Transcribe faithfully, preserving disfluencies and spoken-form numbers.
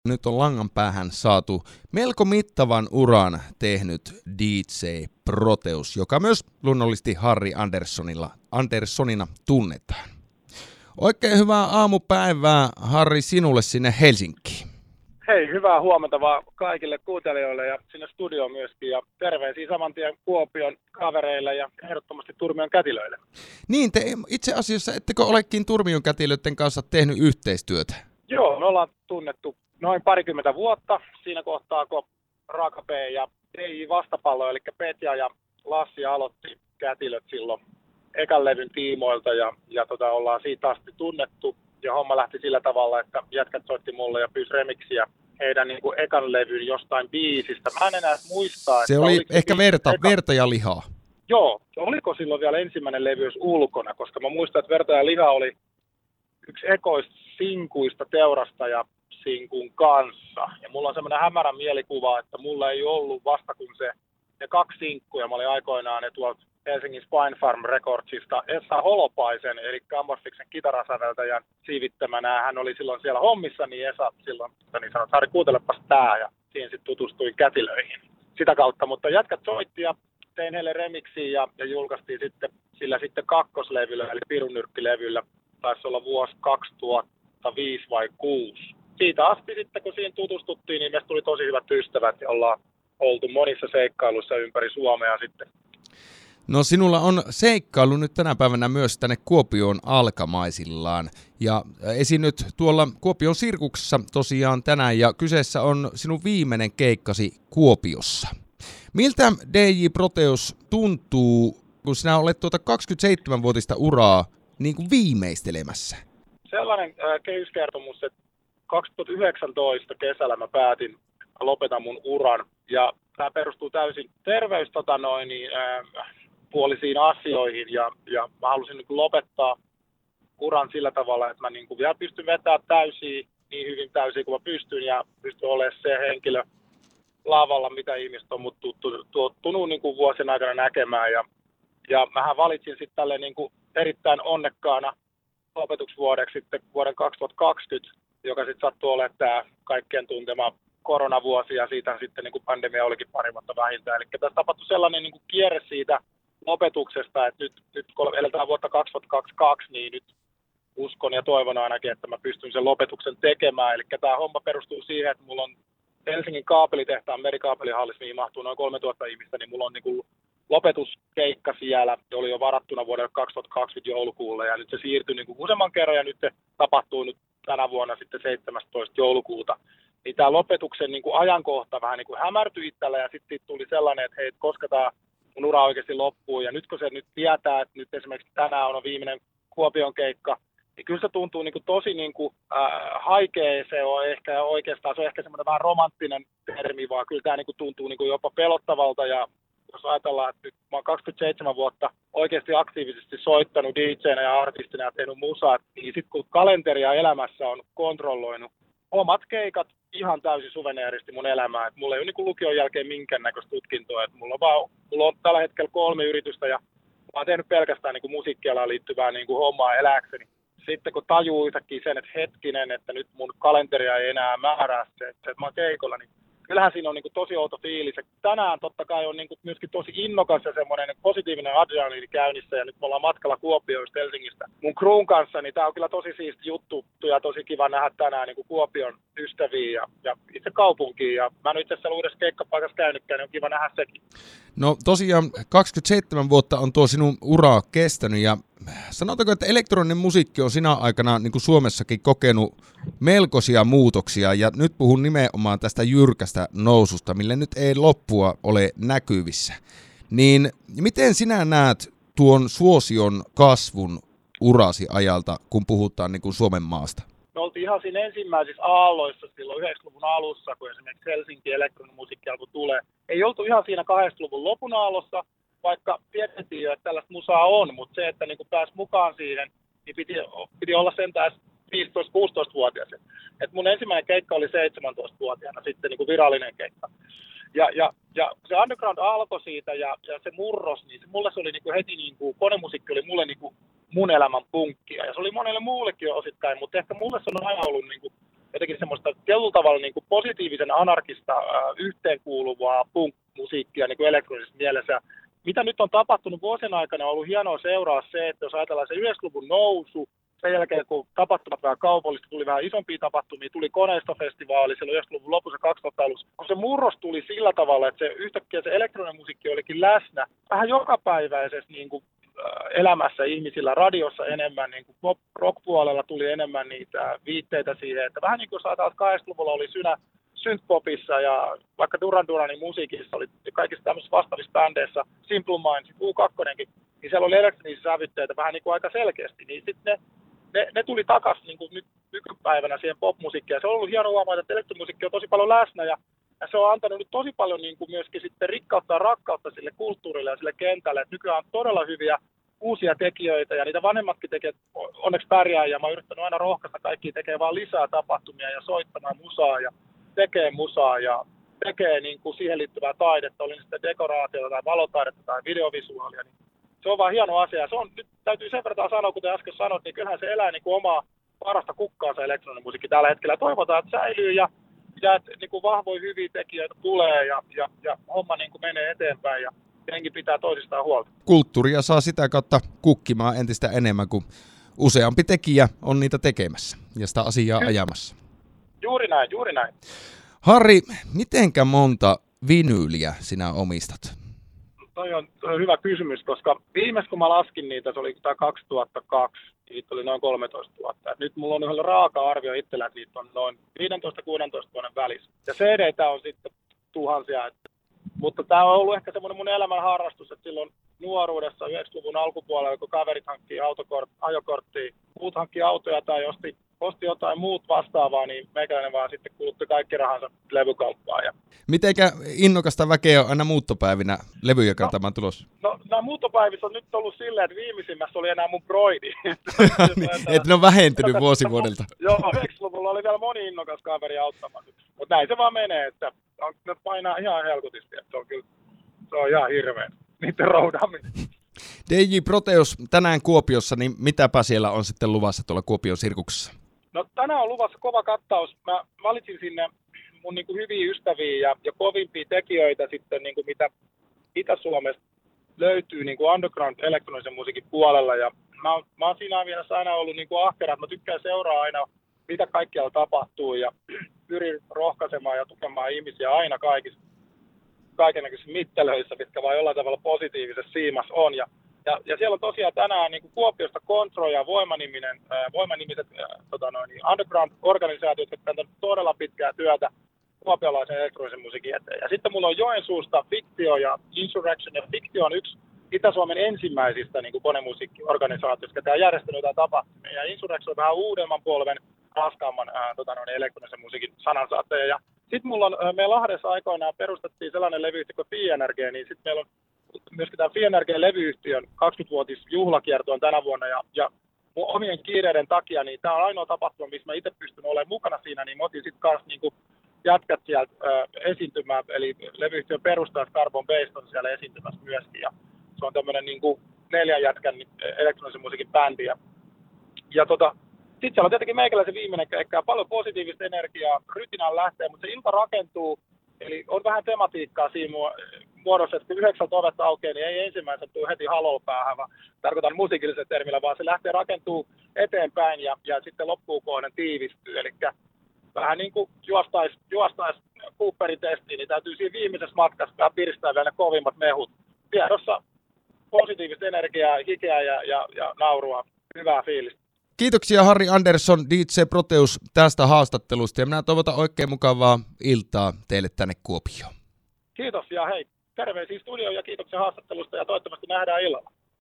Nyt on langan päähän saatu melko mittavan uran tehnyt D J Proteus, joka myös luonnollisesti Harri Anderssonilla, Anderssonina tunnetaan. Oikein hyvää aamupäivää, Harri, sinulle sinne Helsinkiin. Hei, hyvää huomenta vaan kaikille kuuntelijoille ja sinne studioon myöskin. Ja terveisiä saman tien Kuopion kavereille ja ehdottomasti Turmion kätilöille. Niin, te itse asiassa ettekö olekin Turmion kätilöiden kanssa tehnyt yhteistyötä? Joo, me ollaan tunnettu noin parikymmentä vuotta siinä kohtaa, kun Raaka P ja D J Vastapallo, eli Petja ja Lassi aloitti kätilöt silloin ekan levyn tiimoilta ja, ja tota, ollaan siitä asti tunnettu. Ja homma lähti sillä tavalla, että jätkät soitti mulle ja pyysi remiksiä heidän niin kuin ekan levyn jostain biisistä. Mä en enää muistaa. Se oli ehkä verta, eka... verta ja lihaa. Joo, oliko silloin vielä ensimmäinen levy ulkona, koska mä muistan, että Verta ja liha oli yksi ekoista sinkuista teurastaja sinkun kanssa. Ja mulla on semmoinen hämärä mielikuva, että mulla ei ollut vasta kun se, ne kaksi sinkkuja. Mä olin aikoinaan ne tuolta Helsingin Spine Farm Recordsista Esa Holopaisen, eli Amorfiksen kitarasäveltäjän siivittämänä. Hän oli silloin siellä hommissa, niin Esa silloin niin sanoi, että Harri, kuuntelepas tää, ja siinä sitten tutustuin kätilöihin sitä kautta. Mutta jätkät soitti ja tein heille remiksiä ja, ja julkaistiin sitten sillä sitten kakkoslevyllä, eli Pirunyrkkilevyllä. Taisi olla vuosi kaksituhattaviisi vai kuusi. Siitä asti sitten, kun siinä tutustuttiin, niin meistä tuli tosi hyvät ystävät ja ollaan oltu monissa seikkailuissa ympäri Suomea sitten. No sinulla on seikkailu nyt tänä päivänä myös tänne Kuopioon alkamaisillaan ja esiinnyt tuolla Kuopion Sirkuksessa tosiaan tänään ja kyseessä on sinun viimeinen keikkasi Kuopiossa. Miltä D J Proteus tuntuu, kun sinä olet tuota kaksikymmentäseitsemänvuotista uraa niin kuin viimeistelemässä? Sellainen äh, kehyskertomus, että kaksituhattayhdeksäntoista kesällä mä päätin lopetan mun uran ja tämä perustuu täysin terveys tota noin, niin, äh, puolisiin asioihin ja, ja mä halusin niin kuin lopettaa uran sillä tavalla, että mä niin kuin vielä pystyn vetämään täysiä, niin hyvin täysiä kuin mä pystyn ja pystyn olemaan se henkilö lavalla, mitä ihmiset on mut tuottunut niin kuin vuosien aikana näkemään. Ja, ja mähän valitsin sitten tälle niin kuin erittäin onnekkaana lopetusvuodeksi sitten vuoden kaksituhattakaksikymmentä, joka sitten sattuu olemaan tämä kaikkien tuntema koronavuosi ja siitä sitten niin kuin pandemia olikin pari vuotta vähintään. Eli tässä tapahtui sellainen niin kuin kierre siitä lopetuksesta, että nyt, nyt kun eletään vuotta kaksituhattakaksikymmentäkaksi, niin nyt uskon ja toivon ainakin, että mä pystyn sen lopetuksen tekemään. Eli tämä homma perustuu siihen, että mulla on Helsingin kaapelitehtaan merikaapelihallissa, mihin mahtuu noin kolmetuhatta ihmistä, niin mulla on niin kuin lopetuskeikka siellä, oli jo varattuna vuodelle kaksituhattakaksikymmentä joulukuulle, ja nyt se siirtyi niin kuin useamman kerran, ja nyt se tapahtuu nyt tänä vuonna sitten seitsemästoista joulukuuta. Niin tämä lopetuksen niin kuin ajankohta vähän niin kuin hämärtyi itsellä, ja sitten tuli sellainen, että hei, koska tämä mun ura oikeasti loppuu, ja nyt kun se nyt tietää, että nyt esimerkiksi tänään on viimeinen Kuopion keikka, niin kyllä se tuntuu niin kuin tosi niin kuin, äh, haikea, se on ehkä oikeastaan, se on ehkä semmoinen vähän romanttinen termi, vaan kyllä tämä niin kuin tuntuu niin kuin jopa pelottavalta, ja jos ajatellaan, että nyt mä oon kaksikymmentäseitsemän vuotta oikeasti aktiivisesti soittanut D J:nä ja artistina ja tehnyt musaa, niin sitten kun kalenteria elämässä on kontrolloinut omat keikat ihan täysin suveneeristi mun elämää, että mulla ei ole niin kuin lukion jälkeen minkäännäköistä tutkintoa, että mulla on, vaan, mulla on tällä hetkellä kolme yritystä ja mä oon tehnyt pelkästään niin kuin musiikkialaan liittyvää niin kuin hommaa elääkseni. Sitten kun tajuu yhtäkkiä sen, että hetkinen, että nyt mun kalenteria ei enää määrää se, että mä oon keikolla, niin kyllähän siinä on niin kuin tosi outo fiilis. Ja tänään totta kai on niin kuin myöskin tosi innokas ja semmoinen positiivinen adrenaliini käynnissä. Ja nyt me ollaan matkalla Kuopioista Helsingistä mun kruun kanssa, niin tää on kyllä tosi siisti juttu ja tosi kiva nähdä tänään niin kuin Kuopion ystäviä ja, ja itse kaupunkiin. Ja mä en itse asiassa uudessa keikkapaikassa käynytkään, niin on kiva nähdä sekin. No tosiaan kaksikymmentäseitsemän vuotta on tuo sinun uraa kestänyt ja sanotaanko, että elektroninen musiikki on sinä aikana niin kuin Suomessakin kokenut melkoisia muutoksia ja nyt puhun nimenomaan tästä jyrkästä noususta, mille nyt ei loppua ole näkyvissä. Niin miten sinä näet tuon suosion kasvun urasi ajalta, kun puhutaan niin kuin Suomen maasta? Me oltiin ihan siinä ensimmäisissä aalloissa silloin yhdeksänkymmentäluvun alussa, kun esimerkiksi Helsinki elektroninen musiikki alkoi tulee. Ei oltu ihan siinä kahdeksankymmentäluvun lopun aallossa, vaikka tiedettiin jo, että tällaista musaa on, mutta se, että niin pääsi mukaan siihen, niin piti, piti olla sentään viisitoista-kuusitoista-vuotias. Et mun ensimmäinen keikka oli seitsemäntoistavuotiaana sitten niin kuin virallinen keikka. Ja, ja, ja se underground alkoi siitä ja, ja se murros, niin se, mulle se oli niin kuin heti, niin kuin, konemusiikki oli mulle niin kuin mun elämän punkkia. Ja se oli monelle muullekin osittain, mutta ehkä mulle se on aina ollut niin kuin jotenkin semmoista tietyllä tavalla niin kuin positiivisen anarkista ää, yhteenkuuluvaa punk-musiikkia niin kuin elektronisessa mielessä. Mitä nyt on tapahtunut vuosien aikana, on ollut hienoa seuraa se, että jos ajatellaan se yhdeksänkymmentäluvun nousu, sen jälkeen kun tapahtumat vähän kaupallista, tuli vähän isompia tapahtumia, tuli koneistofestivaali silloin yhdeksänkymmentäluvun lopussa kaksituhatta-luvussa, kun se murros tuli sillä tavalla, että se yhtäkkiä se elektroninen musiikki olikin läsnä vähän jokapäiväisessä niin kuin, äh, elämässä ihmisillä, radiossa enemmän, niin kuin pop rock-puolella tuli enemmän niitä viitteitä siihen, että vähän niin kuin saataisiin kahdeksankymmentäluvulla oli synä synthpopissa ja vaikka Duran Duranin musiikissa oli kaikissa tämmöisissä vastaavissa bändeissä, Simple Minds, U kaksi, niin siellä oli elektronisia sävytteitä vähän niin kuin aika selkeästi, niin sitten ne Ne, ne tuli takaisin niin kuin nyt nykypäivänä siihen popmusiikkiin. Ja se on ollut hieno huomata, että elektromusiikki on tosi paljon läsnä ja, ja se on antanut nyt tosi paljon niin kuin myöskin sitten rikkautta ja rakkautta sille kulttuurille ja sille kentälle. Et nykyään on todella hyviä uusia tekijöitä ja niitä vanhemmatkin tekijät onneksi pärjää ja mä oon yrittänyt aina rohkaista kaikkia tekee vaan lisää tapahtumia ja soittamaan musaa ja tekee musaa ja tekee niin kuin siihen liittyvää taidetta, oli sitten dekoraatiota tai valotaidetta tai videovisuaalia. Niin se on vaan hieno asia. Se on, nyt täytyy sen verran sanoa, kuten äsken sanoit, niin kyllähän se elää niin kuin omaa parasta kukkaansa elektroninen musiikki tällä hetkellä. Toivotaan, että säilyy ja, ja että niin kuin vahvoja hyviä tekijöitä tulee ja, ja, ja homma niin kuin menee eteenpäin ja jengi pitää toisistaan huolta. Kulttuuria saa sitä kautta kukkimaan entistä enemmän, kun useampi tekijä on niitä tekemässä ja sitä asiaa Ky- ajamassa. Juuri näin, juuri näin. Harri, mitenkä monta vinyyliä sinä omistat? Toi on, toi on hyvä kysymys, koska viimeis kun mä laskin niitä, se oli kaksituhattakaksi, niitä oli noin kolmetoista vuotta. Et nyt mulla on yhdellä raaka-arvio itsellä, että niitä on noin viisitoista kuusitoista vuoden välissä. Ja C D:tä on sitten tuhansia. Et, mutta tämä on ollut ehkä semmoinen mun elämän harrastus, että silloin nuoruudessa yhdeksänkymmentäluvun alkupuolella, kun kaverit hankkii autokort, ajokorttia, muut hankkii autoja tai osti, osti jotain muut vastaavaa, niin meikäläinen vaan sitten kulutti kaikki rahansa levykauppaan. Ja mitenkä innokasta väkeä on aina muuttopäivinä levyjä kantamaan no, tulossa? No, nämä muuttopäivissä on nyt ollut silleen, että viimeisimmässä oli enää mun broidi. Että ne on vähentynyt vuosi vuodelta. Joo, yhdeksänkymmentäluvulla oli vielä moni innokas kaveri auttamaan. Mutta näin se vaan menee, että on, ne painaa ihan helkutisti, että se on kyllä, se on ihan hirveä, niiden roudaaminen. D J Proteus tänään Kuopiossa, niin mitäpä siellä on sitten luvassa tuolla Kuopion sirkuksessa? No tänään on luvassa kova kattaus. Mä valitsin sinne mun niin kuin hyviä ystäviä ja, ja kovimpia tekijöitä sitten, niin kuin mitä Itä-Suomesta löytyy niin kuin underground elektronisen musiikin puolella. Ja mä, oon, mä oon siinä mielessä aina ollut niin kuin ahkera, että mä tykkään seuraa aina, mitä kaikkialla tapahtuu ja pyrin rohkaisemaan ja tukemaan ihmisiä aina kaikissa kaikennäköisissä mittelöissä, mitkä vaan jollain tavalla positiivisessa siimassa on. Ja, ja, ja siellä on tosiaan tänään niin kuin Kuopiosta Kontro ja Voimaniminen, ää, Voimanimiset ää, tota noin, underground-organisaatiot, jotka on tehnyt todella pitkää työtä kuopiolaisen elektronisen musiikin eteen. Ja sitten mulla on Joensuusta Fiktio ja Insurrection, ja Fiktio on yksi Itä-Suomen ensimmäisistä niin kuin konemusiikkiorganisaatioista, jotka on järjestänyt jotain tapahtumia. Ja Insurrection on vähän uudemman polven raskaamman ää, tota noin, elektronisen musiikin sanansaattaja. Ja sitten mulla on, me Lahdessa aikoinaan perustettiin sellainen levyyhtiö kuin F I N R G, niin sitten meillä on myöskin tämä F I N R G-levyyhtiön kaksikymmenvuotisjuhlakierto on tänä vuonna, ja, ja mun omien kiireiden takia, niin tämä on ainoa tapahtuma, missä mä itse pystyn olemaan mukana siinä, niin mä otin sitten kanssa niinku jätkät sieltä ö, esiintymään, eli levyyhtiön perustajat Carbon Based on siellä esiintymässä myöskin, ja se on tämmöinen niinku neljän jätkän elektronisen musiikin bändi, ja, ja tota, sitten siellä on tietenkin meikäläisen viimeinen keikka, paljon positiivista energiaa, rytinään lähtee, mutta se ilta rakentuu, eli on vähän tematiikkaa siinä muodossa, että kun yhdeksältä ovet aukeaa, niin ei ensimmäisenä tule heti halopäähän, vaan tarkoitan musiikillisella termillä, vaan se lähtee rakentuu eteenpäin ja, ja sitten loppuun kohden tiivistyy. Eli vähän niin kuin juostaisi juostais Cooperin testiin, niin täytyy siinä viimeisessä matkassa vähän piristää vielä ne kovimmat mehut. Tiedossa positiivista energiaa, hikeä ja, ja, ja naurua, hyvää fiilistä. Kiitoksia Harri Andersson, D J Proteus tästä haastattelusta ja minä toivotan oikein mukavaa iltaa teille tänne Kuopioon. Kiitos ja hei, terveisiä studioon ja kiitoksia haastattelusta ja toivottavasti nähdään illalla.